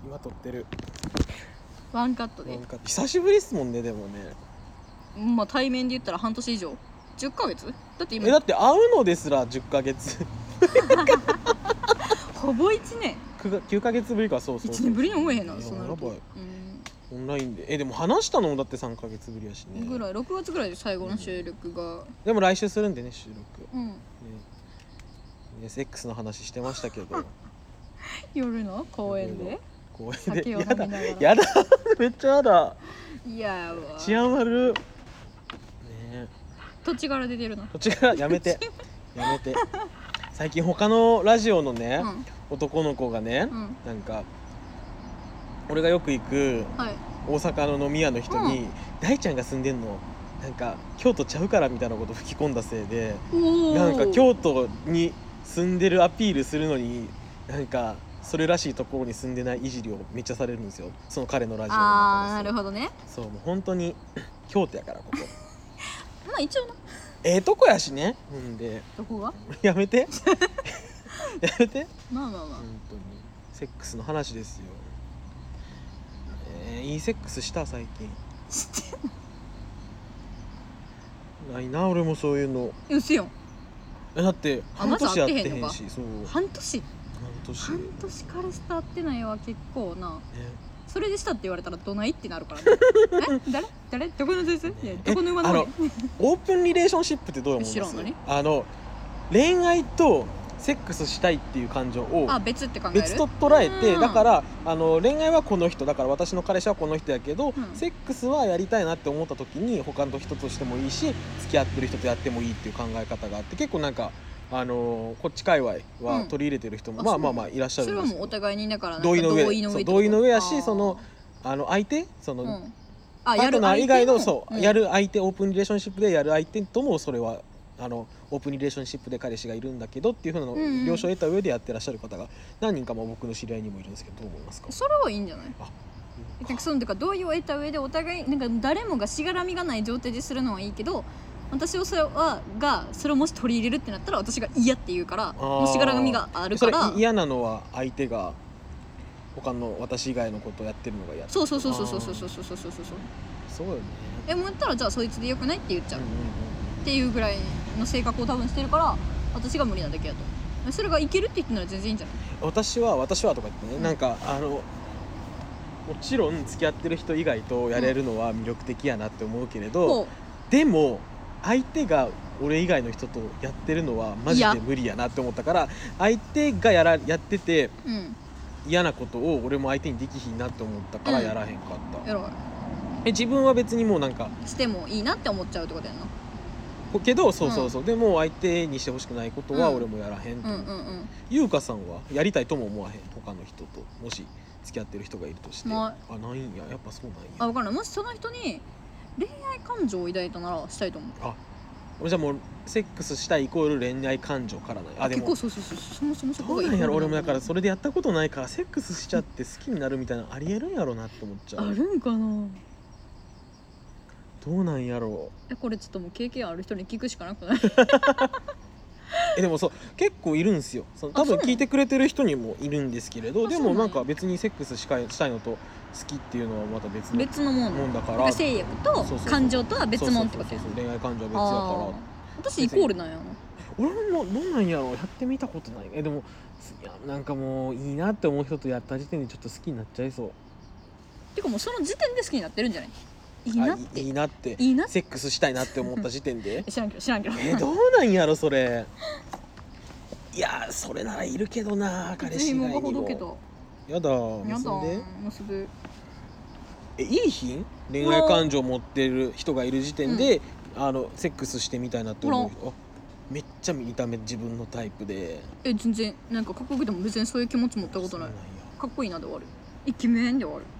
今撮ってるワンカットで。 久しぶりっすもんね。でもね、 まあ対面で言ったら半年以上、10ヶ月だって今。 だって会うのですら10ヶ月ほぼ1年 9ヶ月ぶりか。そう 1年ぶりに思えへんな。そうなるとやばい、オンラインででも話したのもだって3ヶ月ぶりやしね。 ぐらい、6月ぐらいで最後の収録が、 でも来週するんでね、収録うんね。セックスの話してましたけど夜の公園で公園で酒を飲みながら。 やだめっちゃやだ。 いやわ、 治安悪ね。 土地柄出てるな。 こっちからやめてやめて。最近他のラジオのね、男の子がね、なんか俺がよく行く大阪の飲み屋の人に、大ちゃんが住んでんのなんか京都ちゃうからみたいなこと吹き込んだせいで、なんか京都に住んでるアピールするのに、なんかそれらしいところに住んでないいじりをめっちゃされるんですよ、その彼のラジオの中で。 なるほどね。 そう、もう本当に京都やからここまあ一応な、 とこやしね。んでどこがやめてやめて。 まあまあまあ、 本当にセックスの話ですよ。いいセックスした最近。 知ってんの？ ないな俺もそういうの。 うせよん。 だって半年やってへんし。そう、 半年彼氏と会ってないわ。結構な、 ね。 それでしたって言われたらどないってなるからね誰どこの先生、どこの馬のオープンリレーションシップってどういうもんです？恋愛とセックスしたいっていう感情を別って考える、 別と捉えて、だから恋愛はこの人だから、私の彼氏はこの人やけど、セックスはやりたいなって思った時に他の人としてもいいし、付き合ってる人とやってもいいっていう考え方があって、結構なんかこっち界隈は取り入れてる人もまあいらっしゃるんですけど、 それはもうお互いにだから同意の上やし、その相手パートナー以外のやる相手、オープンリレーションシップでやる相手とも、それはオープンリレーションシップで彼氏がいるんだけどっていう風なの了承を得た上でやってらっしゃる方が何人かも僕の知り合いにもいるんですけど、どう思いますか？ それはいいんじゃない？そうだから同意を得た上でお互いなんか誰もがしがらみがない状態でするのはいいけど、私をそれをもし取り入れるってなったら私が嫌って言うから、もしがらみがあるから。 それ嫌なのは相手が他の私以外のことをやってるのが嫌。 そうそうよね。もうやったらじゃあそいつでよくないって言っちゃう、っていうぐらいの性格を多分してるから、私が無理なだけやと。それがいけるって言ってなら全然いいんじゃない？ 私はとか言ってね、なんかもちろん付き合ってる人以外とやれるのは魅力的やなって思うけれど、でも相手が俺以外の人とやってるのはマジで無理やなって思ったから、相手がやってて、嫌なことを俺も相手にできひんなって思ったからやらへんかった。自分は別にもうなんかしてもいいなって思っちゃうってことやな。 けどそう、でも相手にしてほしくないことは俺もやらへんと。優香さんはやりたいとも思わへん？他の人ともし付き合ってる人がいるとして。ないんや、やっぱそうなんや。 分からない。もしその人に恋愛感情を抱いたならしたいと思う。 じゃあもうセックスしたいイコール恋愛感情からない。でも結構そもそもそこがいい。どうなんやろ。俺もだからそれでやったことないからセックスしちゃって好きになるみたいなありえるんやろなって思っちゃう。 あるんかな。 どうなんやろう。 これちょっともう経験ある人に聞くしかなくない？ でも結構いるんですよ。多分聞いてくれてる人にもいるんですけれど、でもなんか別にセックスしたいのと好きっていうのはまた別のもんだから、 性欲と感情とは別物ってことや。 恋愛感情は別やから。 私イコールなんやな。 俺もどうなんやろう。やってみたことない。でもなんかもういいなって思う人とやった時点でちょっと好きになっちゃいそう。 てかもうその時点で好きになってるんじゃない？いいなってセックスしたいなって思った時点で知らんけどどうなんやろそれ。いやそれならいるけどな、彼氏以外にも。やだ結んでいい日恋愛感情持ってる人がいる時点で、セックスしてみたいなって思う人。めっちゃ見た目自分のタイプで。 全然なんかかっこよくても別にそういう気持ち持ったことない。かっこいいなで終わる。イケメンで終わる。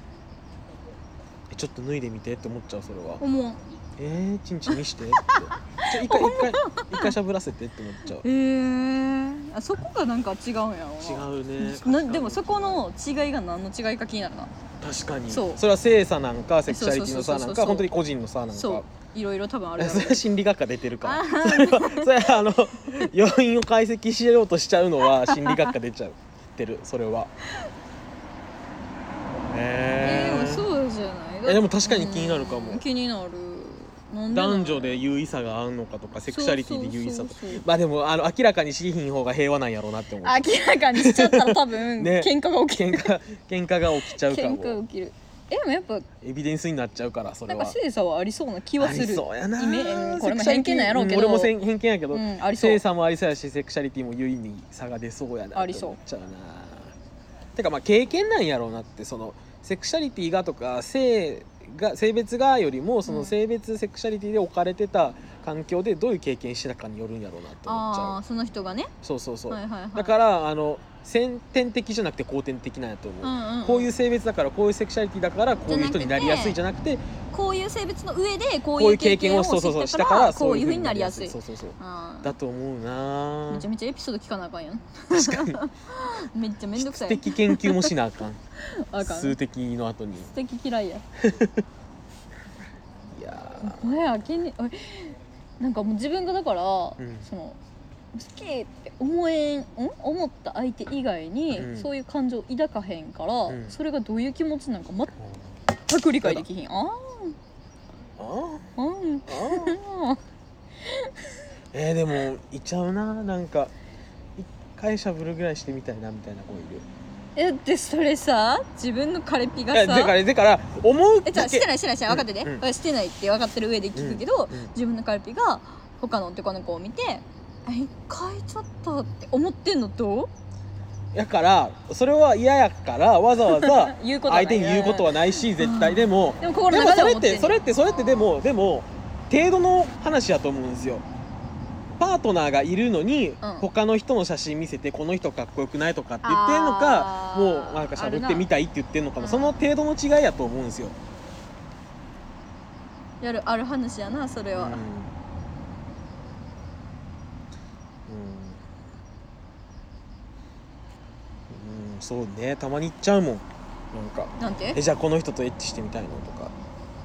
ちょっと脱いでみてって思っちゃう。それは思う。 チンチン見してって一回しゃぶらせてって思っちゃう。 そこがなんか違うんやろ。 違うね。 でもそこの違いが何の違いか気になるな。 確かに。それは性差なんかセクシャリティの差なんか本当に個人の差なんか。 そういろいろ多分あるやろ。 それは心理学科出てるから。それは要因を解析しようとしちゃうのは心理学科出ちゃうってる。それはでもそうじゃない。 でも確かに気になるかも、 気になる。 男女で優位差があるのかとかセクシャリティで優位差とか、まあでも明らかにしひん方が平和なんやろうなって思う。 明らかにしちゃったら多分、 ね、 喧嘩が起きる。 喧嘩が起きちゃうかも。 喧嘩起きる。でもやっぱエビデンスになっちゃうから、それはなんか性差はありそうな気はする。 ありそうやな。 これも偏見なんやろうけど、 俺も偏見やけど、 ありそう。 性差もありそうやしセクシャリティも優位に差が出そうやなって思っちゃうな。てかまあ経験なんやろうなって、そのセクシャリティがとか性別がよりもその性別セクシャリティで置かれてた環境でどういう経験してたかによるんやろうなって思っちゃう。 その人がね。 そうそうそう、 はいはいはい、 だから先天的じゃなくて後天的なんやと思う、こういう性別だからこういうセクシャリティだからこういう人になりやすいじゃなくて、 こういう性別の上でこういう経験をしたからこういう風になりやすい。 そうだと思うな。 めちゃめちゃエピソード聞かなあかんやん。 確かにめっちゃめんどくさい。 質的研究もしなあかん。 あかん。 数的の後に質的嫌いや。 いやなんかもう自分がだから、その好きって思った相手以外に、そういう感情抱かへんから、それがどういう気持ちなんか全く理解できひん。 でもいちゃうな。なんか一回しゃぶるぐらいしてみたいなみたいな子いる。 でそれさ、自分の彼ピがさ、 だから思うじゃあしてない分かってて、してないって分かってる上で聞くけど、自分の彼ピが他の男の子を見て一回ちょっとって思ってんのどう？ やからそれは嫌やからわざわざ相手に言うことはないし絶対。でもそれってでも程度の話やと思うんですよ。パートナーがいるのに、他の人の写真見せてこの人かっこよくないとかって言ってんのか、もうなんか喋ってみたいって言ってんのかの、その程度の違いやと思うんですよ。 ある話やなそれは。 そうね、たまに言っちゃうもん。 なんて？ じゃあこの人とエッチしてみたいのとか。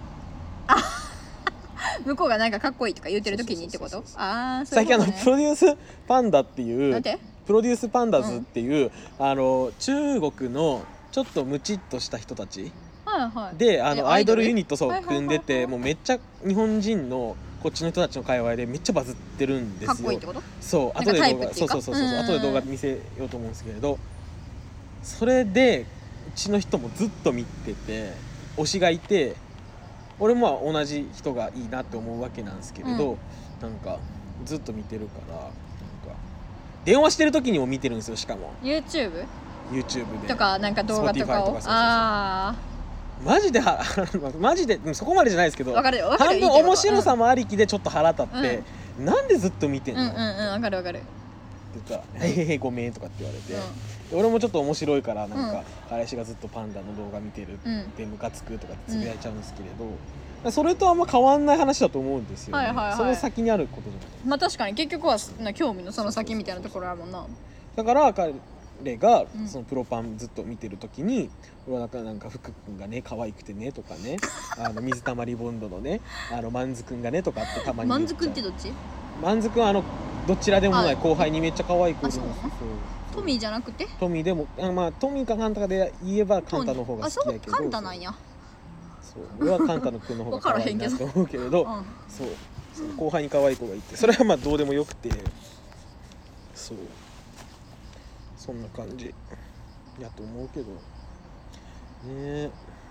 向こうがなんかかっこいいとか言ってる時にってこと？ 最近プロデュースパンダっていうなんて？ プロデュースパンダズっていう、中国のちょっとムチっとした人たちでアイドルユニット組んでて、もうめっちゃ日本人のこっちの人たちの界隈でめっちゃバズってるんですよ。 かっこいいってこと？ そう、後で動画後で動画見せようと思うんですけれど、それでうちの人もずっと見てて、推しがいて、俺も同じ人がいいなって思うわけなんですけれど、なんかずっと見てるから、なんか電話してる時にも見てるんですよ。しかも YouTube でとかなんか動画とかをマジでそこまでじゃないですけど、半分面白さもありきでちょっと腹立って、なんでずっと見てんのってわかるって言ったら「へへごめん」とかって言われて、俺もちょっと面白いからなんか彼氏がずっとパンダの動画見てるってムカつくとかってつぶやいちゃうんですけれど、それとあんま変わんない話だと思うんですよね。その先にあることじゃない。 まあ確かに結局は興味のその先みたいなところあるもんな。 だから彼がそのプロパンずっと見てる時に、俺はなんか福君がね可愛くてねとかね、水溜りボンドのねマンズ君がねとかってたまに言っちゃう。 マンズ君ってどっち？ マンズ君はどちらでもない後輩にめっちゃ可愛い子いるんですよ。 トミーじゃなくて？トミーでもまあトミーかカンタで言えばカンタの方が好きやけど。 カンタなんや。 そう俺はカンタの君の方が可愛いなと思うけれど、そう後輩に可愛い子がいて、それはまあどうでもよくて、そうそんな感じやと思うけどね。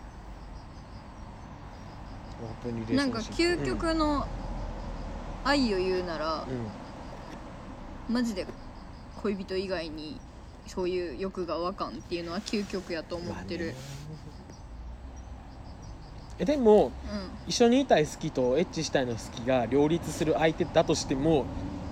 なんか究極の愛を言うなら、マジで恋人以外にそういう欲がわかんっていうのは究極やと思ってる。 でも、一緒にいたい好きとエッチしたいの好きが両立する相手だとしても、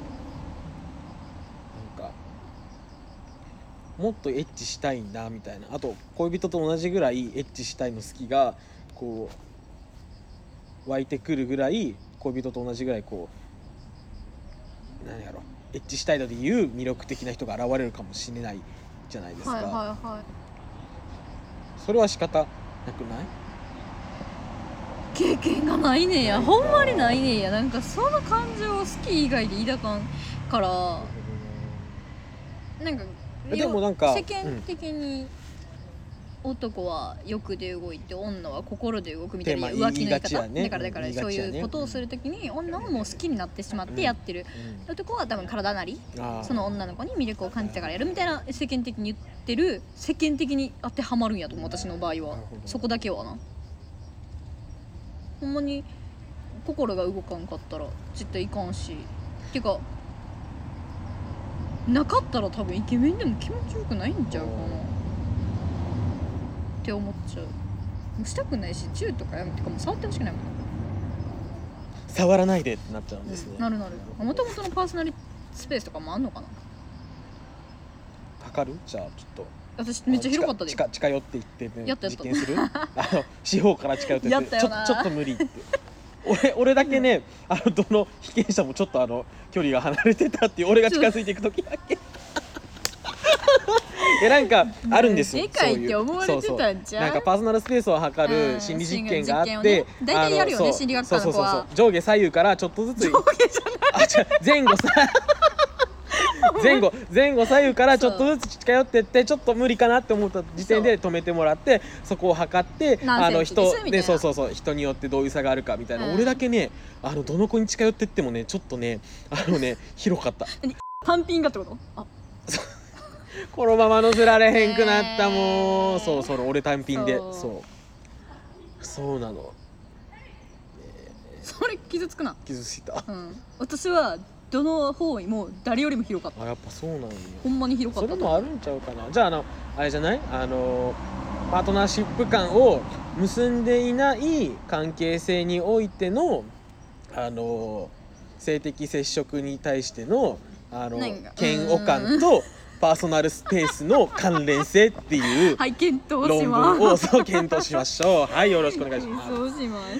なんかもっとエッチしたいんだみたいな、あと恋人と同じぐらいエッチしたいの好きがこう湧いてくるぐらい、恋人と同じぐらいこう何やろエッチしたいのでいう魅力的な人が現れるかもしれないじゃないですか。それは仕方なくない？ 経験がないねんや、ほんまにないねんや。なんかその感情を好き以外で抱かんから、なんかでもなんか世間的に男は欲で動いて女は心で動くみたいなってまあ浮気の言い方、 ね、 だからそういうことをするときに女をもう好きになってしまってやってる、男は多分体なりその女の子に魅力を感じたからやるみたいな世間的に言ってる、世間的に当てはまるんやと思う私の場合は。そこだけはな、ほんまに心が動かんかったら絶対いかんし、てかなかったら多分イケメンでも気持ちよくないんちゃうかなって思っちゃう。もうしたくないし、チューとかやめてかもう触ってほしくないもん。 触らないでってなっちゃうんですね、 なるもともとのパーソナルスペースとかもあんのかな。 測る？じゃあちょっと私めっちゃ広かったで。 近寄っていってね、 やった実験する四方から近寄っていってやったよなちょっと無理って俺だけね、どの被験者もちょっと距離が離れてたっていう、俺が近づいていく時だけなんかあるんですよ、 でかいって思われてたんじゃん。 なんかパーソナルスペースを測る心理実験があって、 大体やるよね、心理学科の子は。 上下左右からちょっとずつ、前後左右からちょっとずつ近寄ってって、ちょっと無理かなって思った時点で止めてもらって、そこを測って人によってどういう差があるかみたいな、俺だけねどの子に近寄ってってもね、ちょっとね広かった。 単品がってこと？ このまま乗せられへんくなったもん。そろ俺単品で、そうなの。 それ傷つくな。 傷ついた。 私はどの方位も誰よりも広かった。 やっぱそうなんや。 ほんまに広かった。 それもあるんちゃうかな。じゃああれじゃない？パートナーシップ間を結んでいない関係性においての性的接触に対しての嫌悪感とパーソナルスペースの関連性っていうはい、検討し論ます文を検討しましょう。はい、よろしくお願いします。 そうします。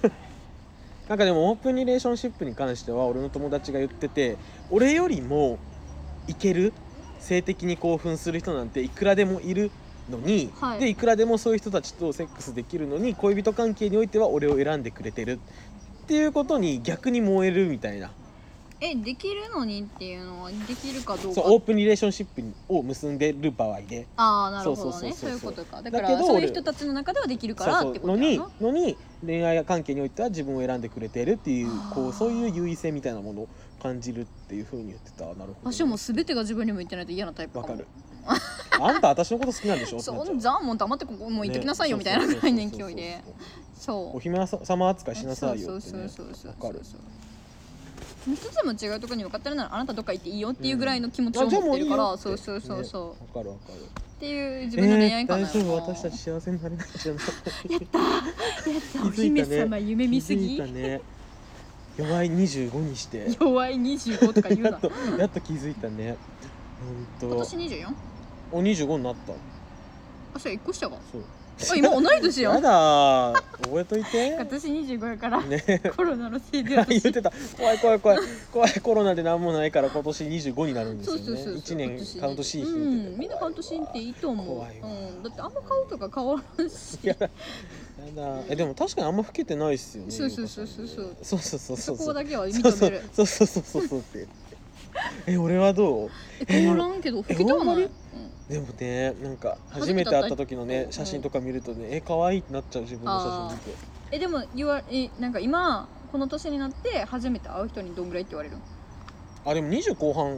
なんかでもオープンリレーションシップに関しては俺の友達が言ってて、俺よりもいける性的に興奮する人なんていくらでもいるのに、でいくらでもそういう人たちとセックスできるのに、恋人関係においては俺を選んでくれてるっていうことに逆に燃えるみたいな。 できるのにっていうのはできるかどうか。 そう、オープンリレーションシップを結んでる場合で。 ああ、なるほどね。そういうことか。だからそういう人たちの中ではできるからってことやな。 のに恋愛関係においては自分を選んでくれてるっていう、そういう優位性みたいなものを感じるっていう風に言ってた。なるほど。 私も全てが自分に向いてないと嫌なタイプかも。 わかる。あんた私のこと好きなんでしょ。 そんざんもん黙ってここもう行ってきなさいよみたいなぐらいの勢いで。そう。 お姫様扱いしなさいよってね。わかる。 一つでも違うところに向かってるならあなたどっか行っていいよっていうぐらいの気持ちを持ってるから、そうそうそうそう。 わかるわかる。 っていう自分の恋愛観なの。 大丈夫、私たち幸せになれないじゃない。 やったお姫様夢見すぎ。 弱い25にして。 弱い25とか言うな。 やっと気づいたね。 今年 24？ お、25になった。 あ、それ1個下か。 そう。 今同い年やん。 やだ覚えといて。 私25やからね、 コロナのせいで言ってた。怖いコロナでなんもないから今年25になるんですよね。1年カウントしいひんって。 みんなカウントしんっていいと思う。だってあんま顔とか変わらんし。 やだでも確かにあんま老けてないっすよね。 そうそこだけは認める。 そうって俺はどう？ 変わらんけど老けてはない。 でもね、なんか初めて会った時のね写真とか見るとね、可愛いってなっちゃう、自分の写真見て。 でもなんか今この年になって初めて会う人にどんぐらいって言われるの？ でも20後半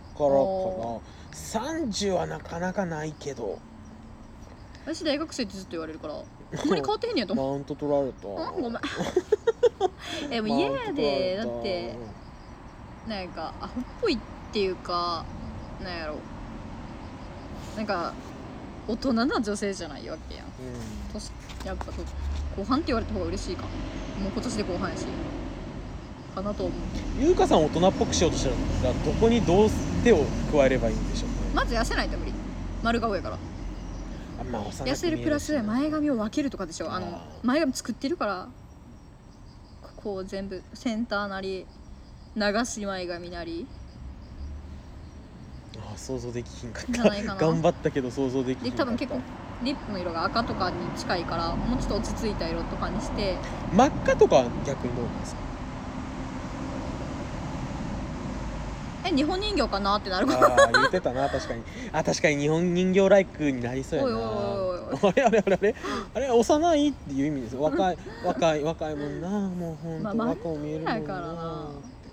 からかな。30はなかなかないけど。 私大学生ってずっと言われるからあんまり変わってへんねやと。 マウント取られた。 ごめん。でも嫌やで、だってなんかアホっぽいっていうか、なんやろ、なんか大人な女性じゃないわけやん。やっぱ後半って言われた方が嬉しいかも。もう今年で後半やしかなと思う。 優香さん大人っぽくしようとしたらどこにどう手を加えればいいんでしょうね。 まず痩せないと無理。丸顔やから。痩せるプラス前髪を分けるとかでしょ。前髪作ってるからここを全部センターなり流し前髪なり。 想像できひんかった。 じゃないかな。 頑張ったけど想像できひんかった。 多分結構リップの色が赤とかに近いからもうちょっと落ち着いた色とかにして。 真っ赤とかは逆にどうなんですか？ 日本人形かなってなるから。 言ってたな。確かに日本人形ライクになりそうやな。 あれあれ幼いっていう意味ですよ。若いもんな、もうほんと若を見えるもんな、 からな。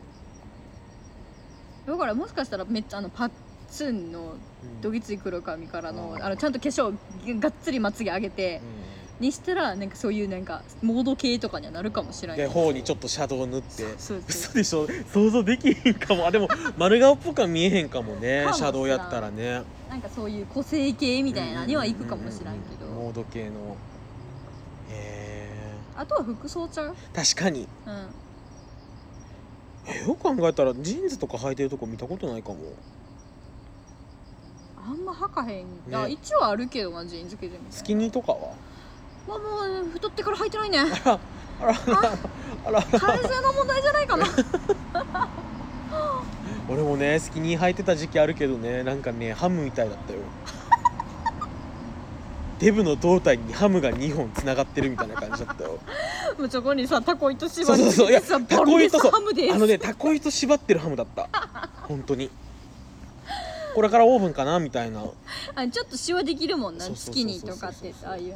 だからもしかしたらめっちゃパッツンのどぎつい黒髪からの、ちゃんと化粧がっつりまつげ上げて、にしたらなんかそういうなんかモード系とかにはなるかもしれない。 で頬にちょっとシャドウ塗って、嘘でしょ、想像できへんかも。でも丸顔っぽくは見えへんかもね、シャドウやったらね。 なんかそういう個性系みたいなにはいくかもしれんけど、 モード系の。 あとは服装ちゃう。 確かに。よく考えたらジーンズとか履いてるとこ見たことないかも。 あんま履かへん、ね、一応あるけどな、ジーンズ生地みたいな。 スキニーとかはもう太ってから履いてないね。あら体重の問題じゃないかな。 俺もねスキニー履いてた時期あるけどね、なんかねハムみたいだったよ。デブの胴体にハムが2本つながってるみたいな感じだったよ。 もうそこにさタコ糸縛って、 そういやタコ糸、 ハムです。 タコ糸縛ってるハムだった。本当にこれからオーブンかなみたいな。 ちょっとシワできるもんな、スキニーとかってああいうの。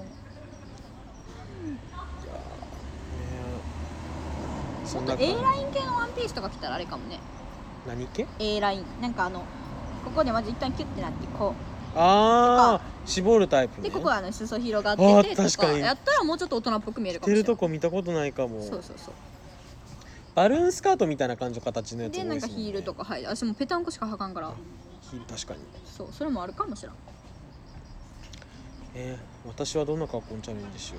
もっと A ライン系のワンピースとか着たらあれかもね。 何系？ A ライン、なんかここでまず一旦キュッてなってこう、 絞るタイプね。 でここは裾広がっててとかやったらもうちょっと大人っぽく見えるかもしれない。 着てるとこ見たことないかも。 そうバルーンスカートみたいな感じの形のやつ多いで、なんかヒールとか入る。私もペタンコしか履かんから。 ヒール確かに。 そう、それもあるかもしれん。 私はどんな格好にチャレンジしよ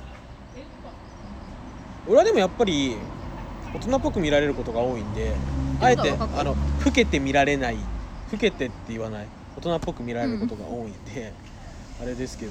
う。俺はでもやっぱり大人っぽく見られることが多いんで、あえて老けて見られない、老けてって言わない、大人っぽく見られることが多いんで、あれですけど、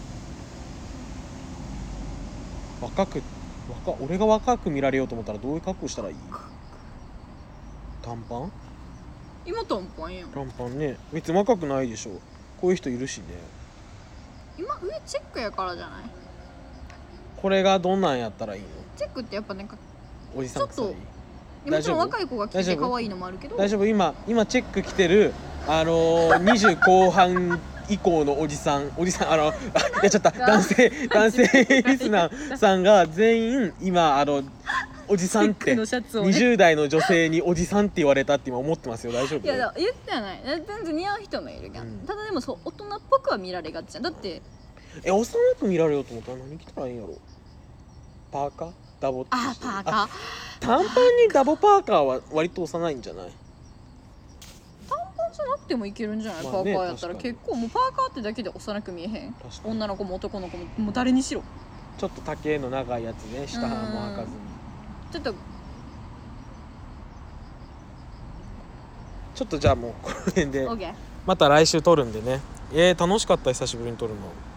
俺が若く見られようと思ったらどういう格好したらいい？短パン？ 今短パンやん。 短パンね、別に若くないでしょ。こういう人いるしね。 今上チェックやからじゃない？ これがどんなんやったらいいの？ チェックってやっぱなんかおじさん臭い？ もちろん若い子が着て可愛いのもあるけど。 大丈夫。今チェック着てる20後半以降のおじさんやっちゃった男性リスナーさんが全員今おじさんって20代の女性におじさんって言われたって今思ってますよ。大丈夫？ いや言ってはない。全然似合う人もいるけど、ただでもそう大人っぽくは見られがちじゃん。だって幼く見られようと思ったら何着たらいいんやろ？パーカー？ダボ？ パーカー。 短パンにダボパーカーは割と幼いんじゃない？ 短パンじゃなくてもいけるんじゃない？パーカーやったら結構もうパーカーってだけで幼く見えへん？女の子も男の子ももう誰にしろ。 ちょっと丈の長いやつね、下半も履かずに。ちょっとじゃあもうこの辺でまた来週撮るんでね。楽しかった、久しぶりに撮るの。